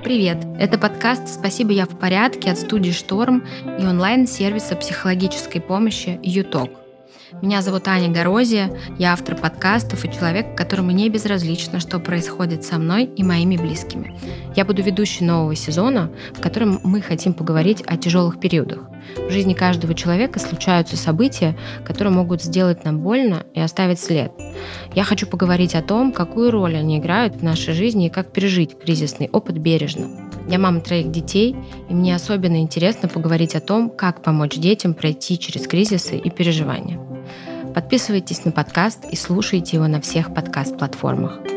Привет! Это подкаст «Спасибо, я в порядке» от студии «Шторм» и онлайн-сервиса психологической помощи «Юток». Меня зовут Аня Горозия, я автор подкастов и человек, которому не безразлично, что происходит со мной и моими близкими. Я буду ведущей нового сезона, в котором мы хотим поговорить о тяжелых периодах. В жизни каждого человека случаются события, которые могут сделать нам больно и оставить след. Я хочу поговорить о том, какую роль они играют в нашей жизни и как пережить кризисный опыт бережно. Я мама 3 детей, и мне особенно интересно поговорить о том, как помочь детям пройти через кризисы и переживания. Подписывайтесь на подкаст и слушайте его на всех подкаст-платформах.